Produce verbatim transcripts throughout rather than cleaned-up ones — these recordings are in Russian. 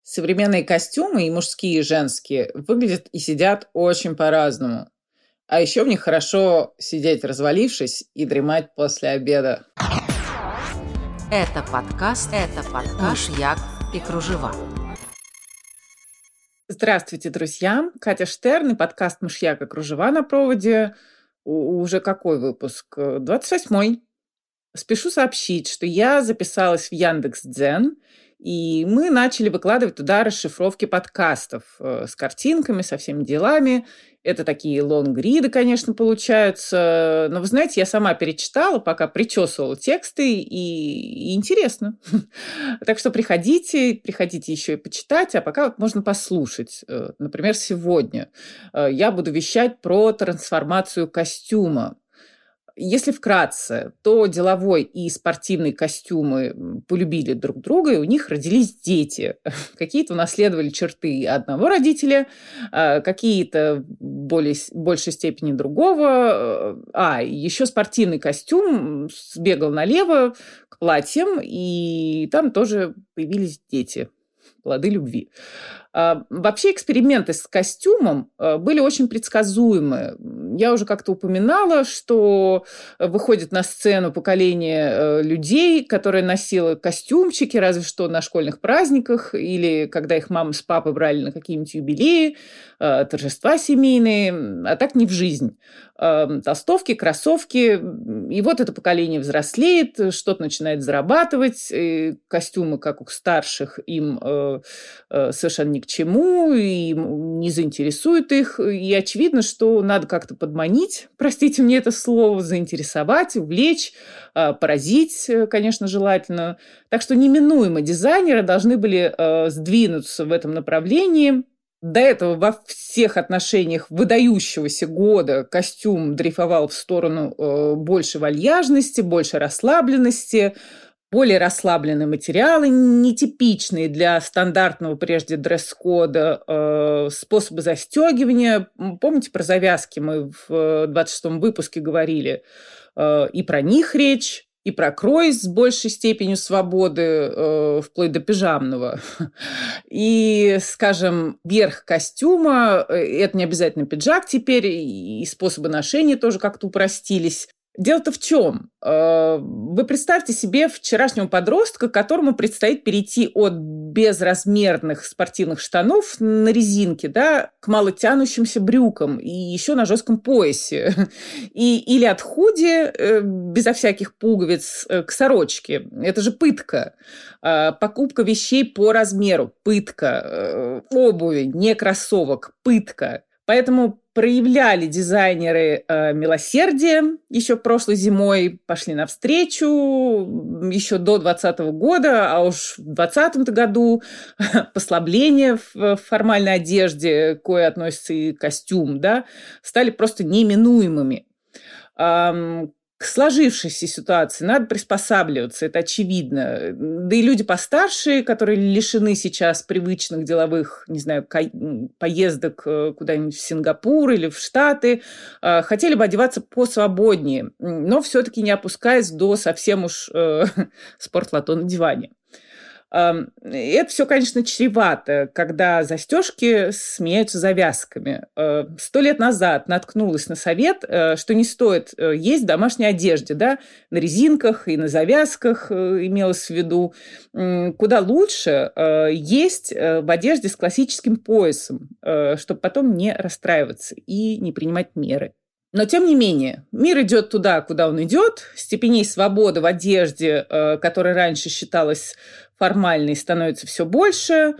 Современные костюмы, и мужские, и женские, выглядят и сидят очень по-разному. А еще в них хорошо сидеть развалившись и дремать после обеда. Это подкаст, это подкаст «Мышьяк и кружева». Здравствуйте, друзья! Катя Штерн и подкаст «Мышьяк и кружева» на проводе. У- Уже какой выпуск? двадцать восьмой. Спешу сообщить, что я записалась в Яндекс.Дзен, и мы начали выкладывать туда расшифровки подкастов э, с картинками, со всеми делами. Это такие лонгриды, конечно, получаются. Но, вы знаете, я сама перечитала, пока причесывала тексты, и, и интересно. Так что приходите, приходите еще и почитать, а пока вот можно послушать. Э, Например, сегодня э, я буду вещать про трансформацию костюма. Если вкратце, то деловой и спортивный костюмы м, полюбили друг друга, и у них родились дети. Какие-то унаследовали черты одного родителя, а, какие-то в более, с- большей степени другого. э, А, еще спортивный костюм сбегал налево к платьям, и там тоже появились дети, плоды любви. А, Вообще эксперименты с костюмом а, были очень предсказуемы. Я уже как-то упоминала, что э, выходит на сцену поколение э, людей, которые носило костюмчики, разве что на школьных праздниках или когда их мама с папой брали на какие-нибудь юбилеи, э, торжества семейные, м, а так не в жизнь. Э, Толстовки, кроссовки. м, И вот это поколение взрослеет, э, что-то начинает зарабатывать. и Костюмы, как у старших, им э, э, совершенно ни к чему и м, не заинтересует их. И очевидно, что надо как-то подманить, простите мне это слово, заинтересовать, увлечь, а, поразить, э, конечно, желательно. Так что неминуемо дизайнеры должны были э, сдвинуться в этом направлении. До этого во всех отношениях выдающегося года костюм дрейфовал в сторону э, больше вальяжности, больше расслабленности, более расслабленные материалы, нетипичные для стандартного прежде дресс-кода, э, способы застегивания. М, Помните, про завязки мы в э, двадцать шестом выпуске говорили? Э, и про них речь, и про крой с большей степенью свободы, э, вплоть до пижамного. И, скажем, верх костюма, э, это не обязательно пиджак теперь, и и способы ношения тоже как-то упростились. Дело-то в чем? Э, Вы представьте себе вчерашнего подростка, которому предстоит перейти от безразмерных спортивных штанов на резинке, да, к малотянущимся брюкам и еще на жестком поясе. И, или от худи э, безо всяких пуговиц э, к сорочке. Это же пытка. А, Покупка вещей по размеру – пытка. Э, Обуви, не кроссовок – пытка. Поэтому проявляли дизайнеры э, милосердие еще прошлой зимой, пошли навстречу еще до двадцатого года, а уж в двадцатом году послабления в в формальной одежде, к кое относится и костюм, да, стали просто неминуемыми. Ам, К сложившейся ситуации надо приспосабливаться, это очевидно. Да и люди постарше, которые лишены сейчас привычных деловых, не знаю, ка- м, поездок э, куда-нибудь в Сингапур или в Штаты, э, хотели бы одеваться посвободнее, м, но все-таки не опускаясь до совсем уж э, спортлото на диване. Ам, Это все, конечно, чревато, когда застежки сменяются завязками. Э, Сто лет назад наткнулась на совет, э, что не стоит э, есть в домашней одежде, да, на резинках и на завязках э, имелось в виду. М, Куда лучше э, есть э, в одежде с классическим поясом, чтобы потом не расстраиваться и не принимать меры. Но, тем не менее, мир идет туда, куда он идет. Степеней свободы в одежде, э, которая раньше считалась формальной, становится все больше.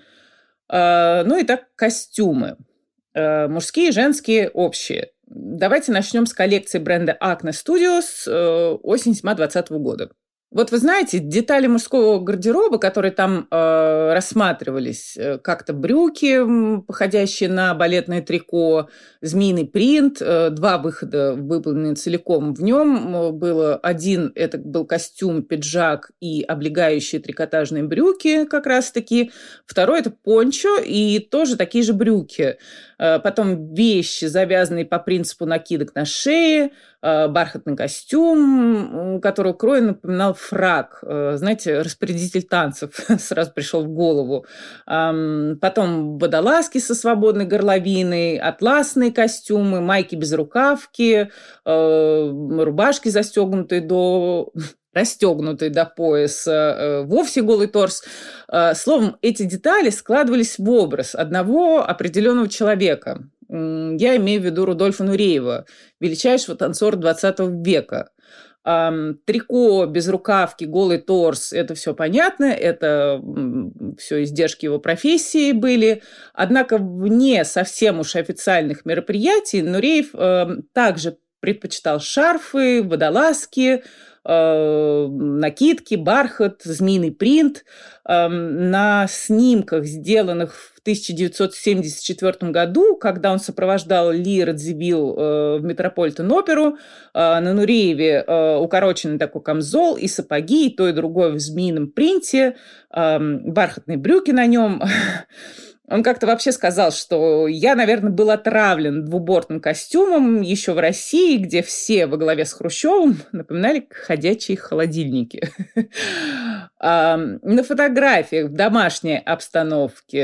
Э, Ну и так костюмы. Э, Мужские и женские общие. Давайте начнем с коллекции бренда Acne Studios э, осень зима двадцатого года. Вот вы знаете, детали мужского гардероба, которые там э, рассматривались, э, как-то брюки, м, походящие на балетное трико, змеиный принт, э, два выхода выполнены целиком. В нем э, было один, это был костюм, пиджак и облегающие трикотажные брюки как раз-таки. Второй – это пончо и тоже такие же брюки. Э, Потом вещи, завязанные по принципу накидок на шее, э, бархатный костюм, который крой напоминал фрак. Э, знаете, распорядитель танцев сразу пришел в голову. Э, потом водолазки со свободной горловиной, атласные костюмы, майки-безрукавки, э, рубашки, застегнутые до... расстегнутый до пояса, вовсе голый торс. Словом, эти детали складывались в образ одного определенного человека. Я имею в виду Рудольфа Нуреева, величайшего танцора двадцатого века. Трико, безрукавки, голый торс – это все понятно, это все издержки его профессии были. Однако вне совсем уж официальных мероприятий Нуреев также предпочитал шарфы, водолазки, накидки, бархат, змеиный принт. На снимках, сделанных в тысяча девятьсот семьдесят четвёртом году, когда он сопровождал Ли Радзивилл в Метрополитен-оперу, на Нурееве укороченный такой камзол и сапоги, и то, и другое в змеином принте, бархатные брюки на нем. Он как-то вообще сказал, что я, наверное, был отравлен двубортным костюмом еще в России, где все во главе с Хрущевым напоминали ходячие холодильники. На фотографиях в домашней обстановке,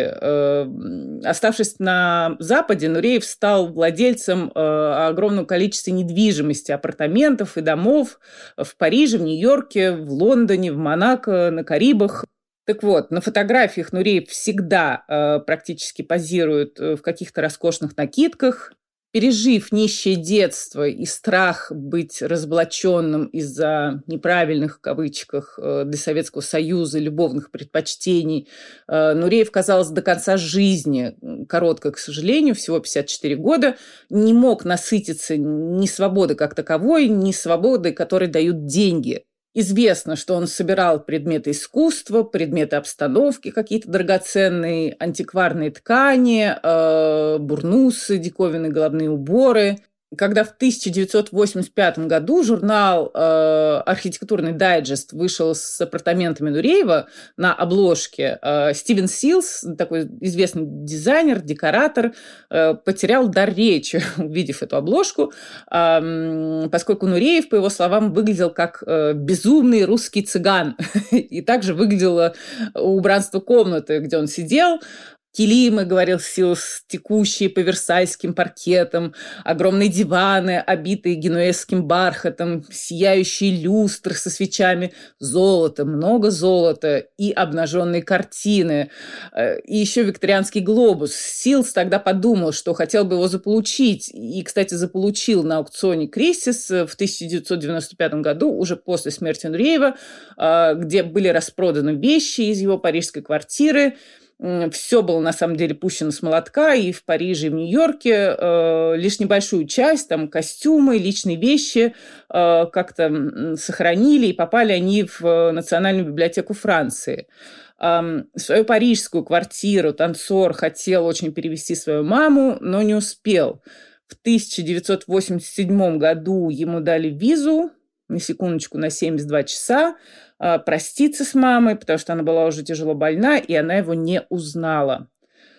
оставшись на Западе, Нуреев стал владельцем огромного количества недвижимости, апартаментов и домов в Париже, в Нью-Йорке, в Лондоне, в Монако, на Карибах. Так вот, на фотографиях Нуреев всегда э, практически позирует в каких-то роскошных накидках. Пережив нищее детство и страх быть разоблаченным из-за неправильных, в кавычках, для Советского Союза любовных предпочтений, э, Нуреев, казалось, до конца жизни, коротко, к сожалению, всего пятьдесят четыре года, не мог насытиться ни свободой как таковой, ни свободой, которой дают деньги. Известно, что он собирал предметы искусства, предметы обстановки, какие-то драгоценные антикварные ткани, э, бурнусы, диковинные головные уборы. Когда в тысяча девятьсот восемьдесят пятом году журнал э, «Архитектурный дайджест» вышел с апартаментами Нуреева на обложке, э, Стивен Силс, такой известный дизайнер, декоратор, э, потерял дар речи, увидев эту обложку, э, поскольку Нуреев, по его словам, выглядел как э, безумный русский цыган. И также выглядело убранство комнаты, где он сидел. Килимы, говорил Силс, текущие по версальским паркетам, огромные диваны, обитые генуэзским бархатом, сияющие люстры со свечами, золото, много золота и обнаженные картины. И еще викторианский глобус. Силс тогда подумал, что хотел бы его заполучить. И, кстати, заполучил на аукционе Кристис в тысяча девятьсот девяносто пятом году, уже после смерти Нуреева, где были распроданы вещи из его парижской квартиры. Все было, на самом деле, пущено с молотка и в Париже, и в Нью-Йорке. Э, лишь небольшую часть, там, костюмы, личные вещи э, как-то сохранили, и попали они в Национальную библиотеку Франции. Э, свою парижскую квартиру танцор хотел очень перевести свою маму, но не успел. В тысяча девятьсот восемьдесят седьмом году ему дали визу, на секундочку, на семьдесят два часа, проститься с мамой, потому что она была уже тяжело больна, и она его не узнала.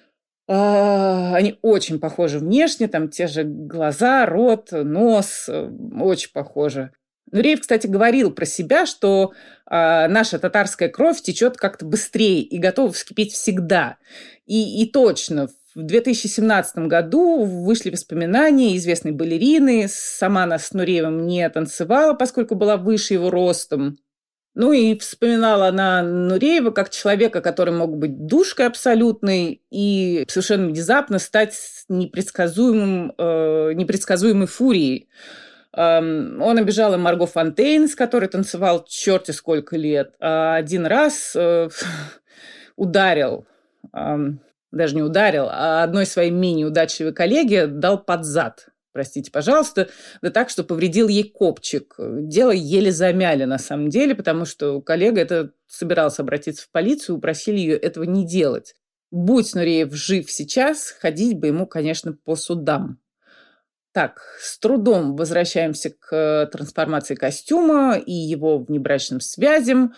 Они очень похожи внешне, там те же глаза, рот, нос, очень похожи. Нуреев, кстати, говорил про себя, что наша татарская кровь течет как-то быстрее и готова вскипеть всегда. И, и точно, в две тысячи семнадцатом году вышли воспоминания известной балерины. Сама она с Нуреевым не танцевала, поскольку была выше его ростом. Ну и вспоминала она Нуреева как человека, который мог быть душкой абсолютной и совершенно внезапно стать непредсказуемым, э, непредсказуемой фурией. Э, он обижал и Марго Фонтейн, с которой танцевал черти сколько лет. А один раз э, ударил, э, даже не ударил, а одной своей мини-удачливой коллеге дал под зад. Простите, пожалуйста, да так, что повредил ей копчик. Дело еле замяли, на самом деле, потому что коллега это собирался обратиться в полицию, упросили ее этого не делать. Будь Нуреев жив сейчас, ходить бы ему, конечно, по судам. Так, с трудом возвращаемся к трансформации костюма и его внебрачным связям.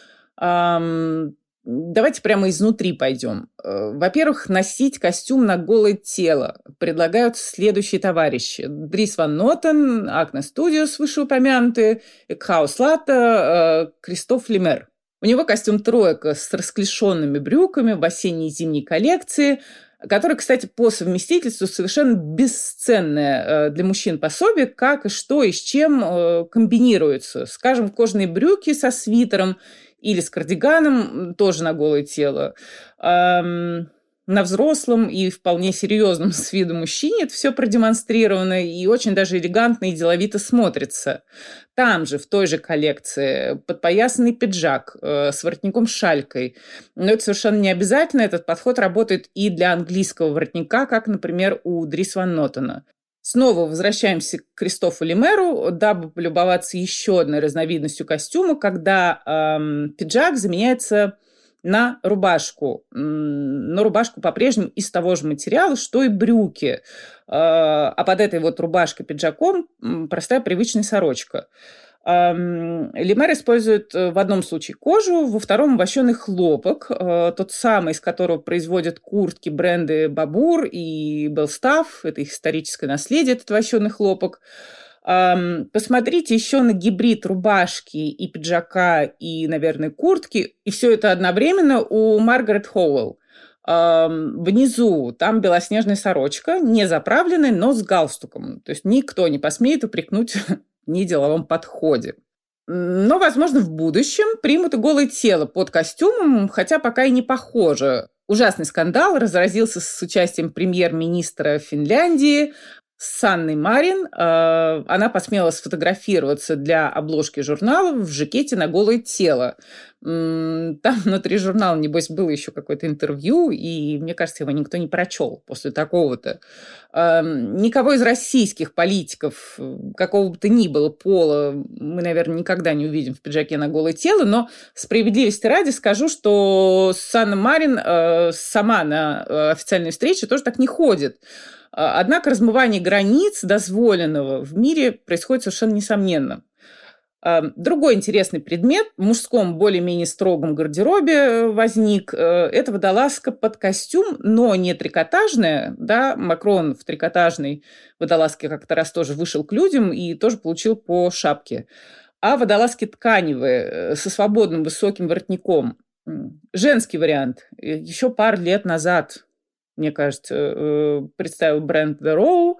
Давайте прямо изнутри пойдем. Во-первых, носить костюм на голое тело. предлагаются следующие товарищи. Дрис Ван Нотен, Акне Студиос, вышеупомянутые, Экхаус Латта, Кристоф Лемер. У него костюм тройка с расклешенными брюками в осенней и зимней коллекции, которая, кстати, по совместительству совершенно бесценное для мужчин пособие, как и что и с чем комбинируется. Скажем, кожаные брюки со свитером или с кардиганом, тоже на голое тело. На взрослом и вполне серьезном с виду мужчине это все продемонстрировано и очень даже элегантно и деловито смотрится. Там же, в той же коллекции, подпоясанный пиджак э, с воротником-шалькой. Но это совершенно не обязательно. Этот подход работает и для английского воротника, как, например, у Дрис Ван Нотена. Снова возвращаемся к Кристофу Лемеру, дабы полюбоваться еще одной разновидностью костюма, когда э, пиджак заменяется на рубашку. На рубашку по-прежнему из того же материала, что и брюки. А под этой вот рубашкой-пиджаком простая привычная сорочка. Лемер использует в одном случае кожу, во втором вощеный хлопок, тот самый, из которого производят куртки бренды Бабур и Белстаф. Это их историческое наследие, этот вощеный хлопок. Посмотрите еще на гибрид рубашки и пиджака, и, наверное, куртки. И все это одновременно у Маргарет Хоуэлл. Внизу там белоснежная сорочка, не заправленная, но с галстуком. То есть никто не посмеет упрекнуть в неделовом подходе. Но, возможно, в будущем примут и голое тело под костюмом, хотя пока и не похоже. Ужасный скандал разразился с участием премьер-министра Финляндии Санны Марин. Она посмела сфотографироваться для обложки журнала в жакете на голое тело. Там внутри журнала, небось, было еще какое-то интервью, и, мне кажется, его никто не прочел после такого-то. Никого из российских политиков, какого бы то ни было пола, мы, наверное, никогда не увидим в пиджаке на голое тело, но справедливости ради скажу, что Санна Марин сама на официальной встрече тоже так не ходит. Однако размывание границ дозволенного в мире происходит совершенно несомненно. Другой интересный предмет в мужском более-менее строгом гардеробе возник. Это водолазка под костюм, но не трикотажная. Да? Макрон в трикотажной водолазке как-то раз тоже вышел к людям и тоже получил по шапке. А водолазки тканевые со свободным высоким воротником. Женский вариант. Еще пару лет назад, мне кажется, представил бренд The Row.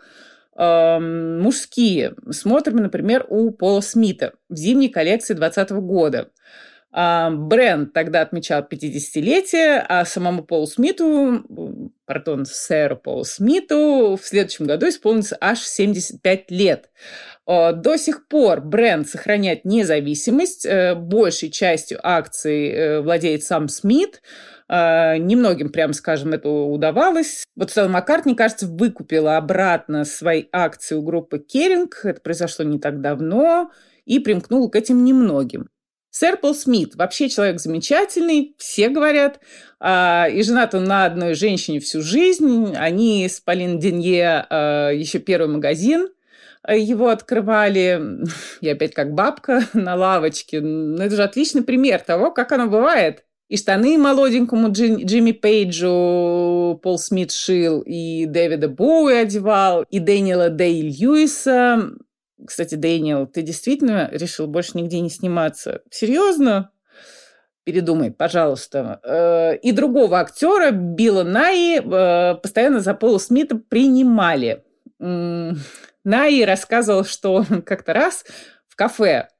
Мужские. Смотрим, например, у Пола Смита в зимней коллекции двадцатого года. Бренд тогда отмечал пятидесятилетие, а самому Полу Смиту, пардон, сэру Полу Смиту в следующем году исполнится аж семьдесят пять лет. До сих пор бренд сохраняет независимость. Большей частью акций владеет сам Смит. Немногим, прямо скажем, это удавалось. Вот Стелла Маккартни, кажется, выкупила обратно свои акции у группы Керинг. Это произошло не так давно. И примкнула к этим немногим. Сэр Пол Смит вообще человек замечательный, все говорят. И женат он на одной женщине всю жизнь. Они с Полин Денье еще первый магазин его открывали. Я опять как бабка на лавочке. Но это же отличный пример того, как оно бывает. И штаны молоденькому Джим, Джимми Пейджу Пол Смит шил, и Дэвида Боуи одевал, и Дэниела Дэй-Льюиса. Кстати, Дэниел, ты действительно решил больше нигде не сниматься? Серьезно? Передумай, пожалуйста. И другого актера, Билла Найи, постоянно за Пола Смита принимали. Найи рассказывал, что как-то раз в кафе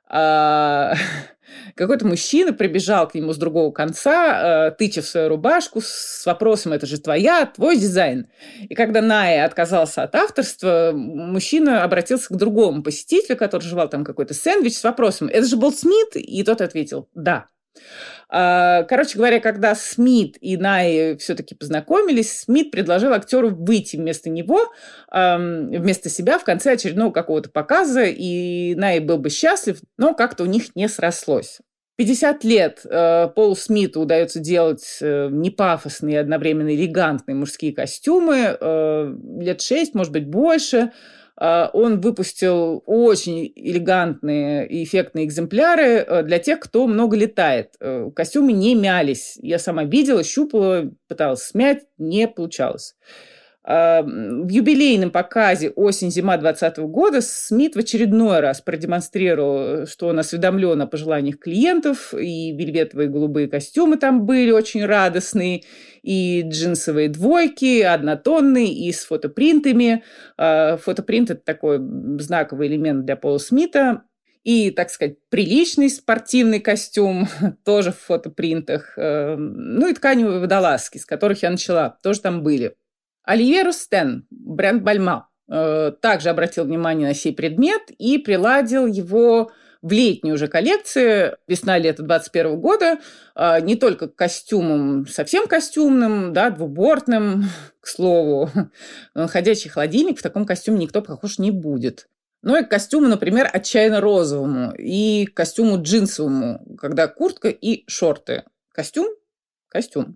какой-то мужчина прибежал к нему с другого конца, тыча в свою рубашку с вопросом: «Это же твоя, твой дизайн?» И когда Найи отказался от авторства, мужчина обратился к другому посетителю, который жевал там какой-то сэндвич, с вопросом: «Это же был Смит?» И тот ответил: «Да». Короче говоря, когда Смит и Найи все-таки познакомились, Смит предложил актеру выйти вместо него, вместо себя в конце очередного какого-то показа, и Найи был бы счастлив, но как-то у них не срослось. пятьдесят лет Полу Смиту удается делать непафосные и одновременно элегантные мужские костюмы, лет шесть, может быть, больше. Он выпустил очень элегантные и эффектные экземпляры для тех, кто много летает. Костюмы не мялись. Я сама видела, щупала, пыталась смять, не получалось. В юбилейном показе «Осень-зима» двадцатого года Смит в очередной раз продемонстрировал, что он осведомлен о пожеланиях клиентов, и вельветовые голубые костюмы там были очень радостные, и джинсовые двойки, однотонные, и с фотопринтами. Фотопринт – это такой знаковый элемент для Пола Смита. И, так сказать, приличный спортивный костюм, тоже в фотопринтах. Ну и тканевые водолазки, с которых я начала, тоже там были. Оливье Рустен, бренд Бальма, также обратил внимание на сей предмет и приладил его в летней уже коллекции весна-лето двадцать первого года не только к костюмам совсем костюмным, да, двубортным, к слову. Ходячий холодильник, в таком костюме никто похож не будет. Но и к костюму, например, отчаянно розовому, и к костюму джинсовому, когда куртка и шорты. Костюм – костюм.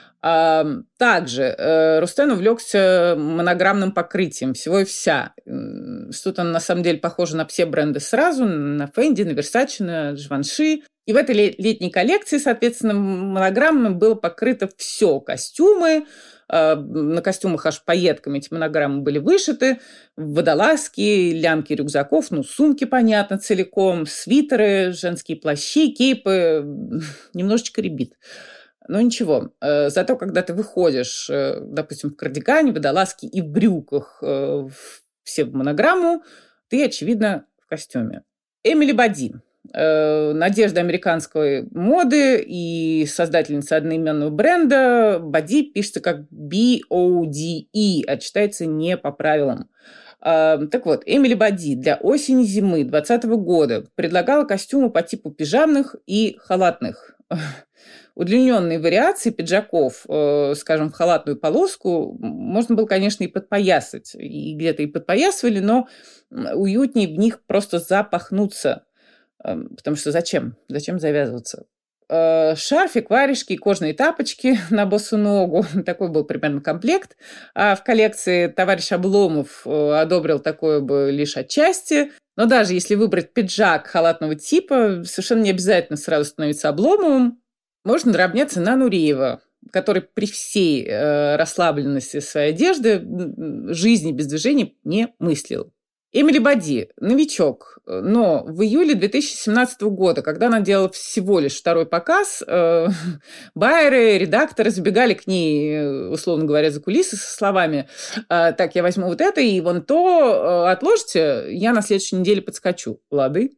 Также Рустен увлекся монограммным покрытием всего и вся. Что-то на самом деле похоже на все бренды сразу, на Fendi, на Versace, на Givenchy. И в этой летней коллекции, соответственно, монограммами было покрыто все. Костюмы, на костюмах аж пайетками эти монограммы были вышиты, водолазки, лямки рюкзаков, ну, сумки, понятно, целиком, свитеры, женские плащи, кейпы, немножечко ребит. Но ничего, зато когда ты выходишь, допустим, в кардигане, водолазке и в брюках, все в монограмму, ты, очевидно, в костюме. Эмили Боди, надежда американской моды и создательница одноименного бренда. Боди пишется как би о ди и, а читается не по правилам. Так вот, Эмили Боди для осени-зимы двадцатого года предлагала костюмы по типу пижамных и халатных. Удлиненные вариации пиджаков, скажем, в халатную полоску, можно было, конечно, и подпоясать. И где-то и подпоясывали, но уютнее в них просто запахнуться. Потому что зачем? Зачем завязываться? Шарфик, варежки, кожаные тапочки на босу ногу. Такой был примерно комплект. А в коллекции товарищ Обломов одобрил такое бы лишь отчасти. Но даже если выбрать пиджак халатного типа, совершенно не обязательно сразу становиться Обломовым. Можно равняться на Нуреева, который при всей э, расслабленности своей одежды жизни без движения не мыслил. Эмили Боди – новичок, но в июле две тысячи семнадцатого года, когда она делала всего лишь второй показ, э, байеры, редакторы забегали к ней, условно говоря, за кулисы со словами э, «Так, я возьму вот это и вон то, э, отложите, я на следующей неделе подскочу». Лады.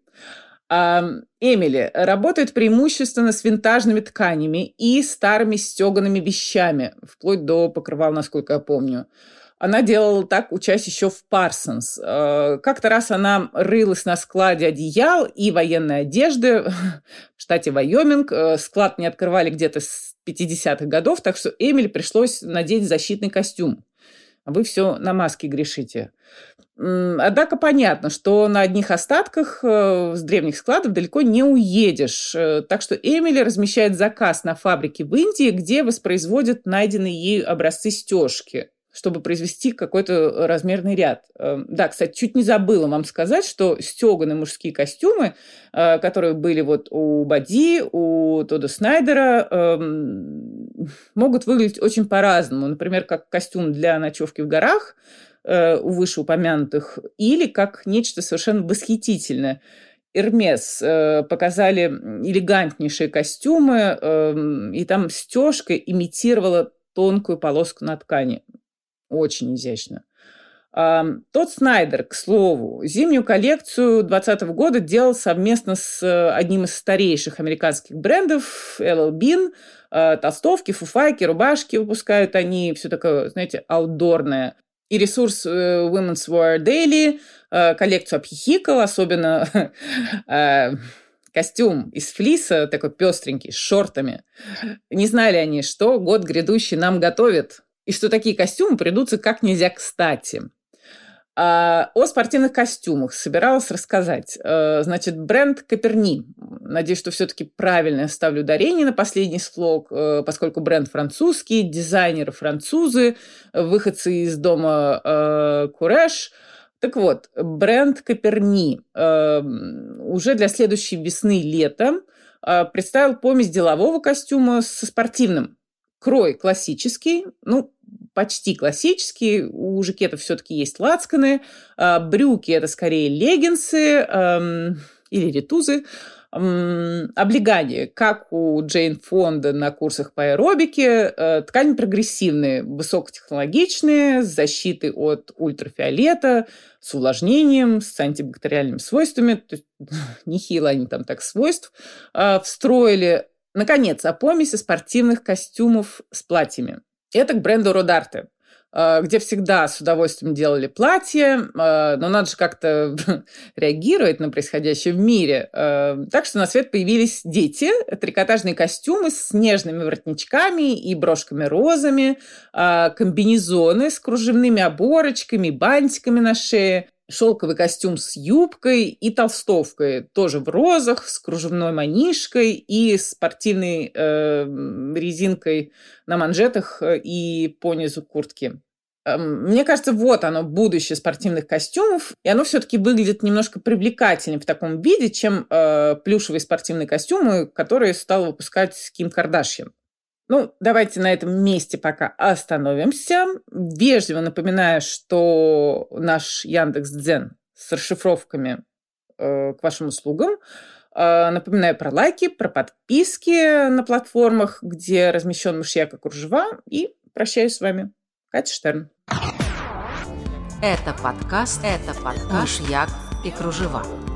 Эмили работает преимущественно с винтажными тканями и старыми стегаными вещами, вплоть до покрывал, насколько я помню. Она делала так, учась еще в Парсонс. Как-то раз она рылась на складе одеял и военной одежды в штате Вайоминг. Склад не открывали где-то с пятидесятых годов, так что Эмили пришлось надеть защитный костюм. А вы все на маски грешите. Однако понятно, что на одних остатках с древних складов далеко не уедешь. Так что Эмили размещает заказ на фабрике в Индии, где воспроизводят найденные ею образцы стежки, чтобы произвести какой-то размерный ряд. Да, кстати, чуть не забыла вам сказать, что стеганые мужские костюмы, которые были вот у Боди, у Тодда Снайдера, могут выглядеть очень по-разному. Например, как костюм для ночевки в горах у вышеупомянутых, или как нечто совершенно восхитительное. Эрмес показали элегантнейшие костюмы, и там стежка имитировала тонкую полоску на ткани. Очень изящно. Тодд Снайдер, к слову, зимнюю коллекцию двадцатого года делал совместно с одним из старейших американских брендов эл эл Bean. Толстовки, фуфайки, рубашки выпускают они, все такое, знаете, аутдорное. И ресурс Women's Wear Daily коллекцию обхихикал, особенно костюм из флиса, такой пестренький, с шортами. Не знали они, что год грядущий нам готовит, и что такие костюмы придутся как нельзя кстати. О спортивных костюмах собиралась рассказать. Значит, бренд Коперни. Надеюсь, что все-таки правильно ставлю ударение на последний слог, поскольку бренд французский, дизайнеры французы, выходцы из дома Куреш. Так вот, бренд Коперни уже для следующей весны-лета представил помесь делового костюма со спортивным. Крой классический, ну, почти классический. У жакетов все-таки есть лацканы. Брюки – это скорее леггинсы эм, или ретузы. Эм, облегание, как у Джейн Фонда на курсах по аэробике. Э, ткани прогрессивные, высокотехнологичные, с защитой от ультрафиолета, с увлажнением, с антибактериальными свойствами. То есть, нехило они там так свойств э, встроили. Наконец, о помеси спортивных костюмов с платьями. Это к бренду Родarte, где всегда с удовольствием делали платья, но надо же как-то реагировать на происходящее в мире. Так что на свет появились дети, трикотажные костюмы с нежными воротничками и брошками-розами, комбинезоны с кружевными оборочками, бантиками на шее, шелковый костюм с юбкой и толстовкой, тоже в розах, с кружевной манишкой и спортивной э, резинкой на манжетах и по низу куртки. Э, мне кажется, вот оно, будущее спортивных костюмов, и оно все-таки выглядит немножко привлекательнее в таком виде, чем э, плюшевые спортивные костюмы, которые стала выпускать Ким Кардашьян. Ну, давайте на этом месте пока остановимся. Вежливо напоминаю, что наш Яндекс.Дзен с расшифровками э, к вашим услугам. Э, напоминаю про лайки, про подписки на платформах, где размещен мышьяк и кружева. И прощаюсь с вами. Катя Штерн. Это подкаст, это подкаст «Мышьяк и кружева».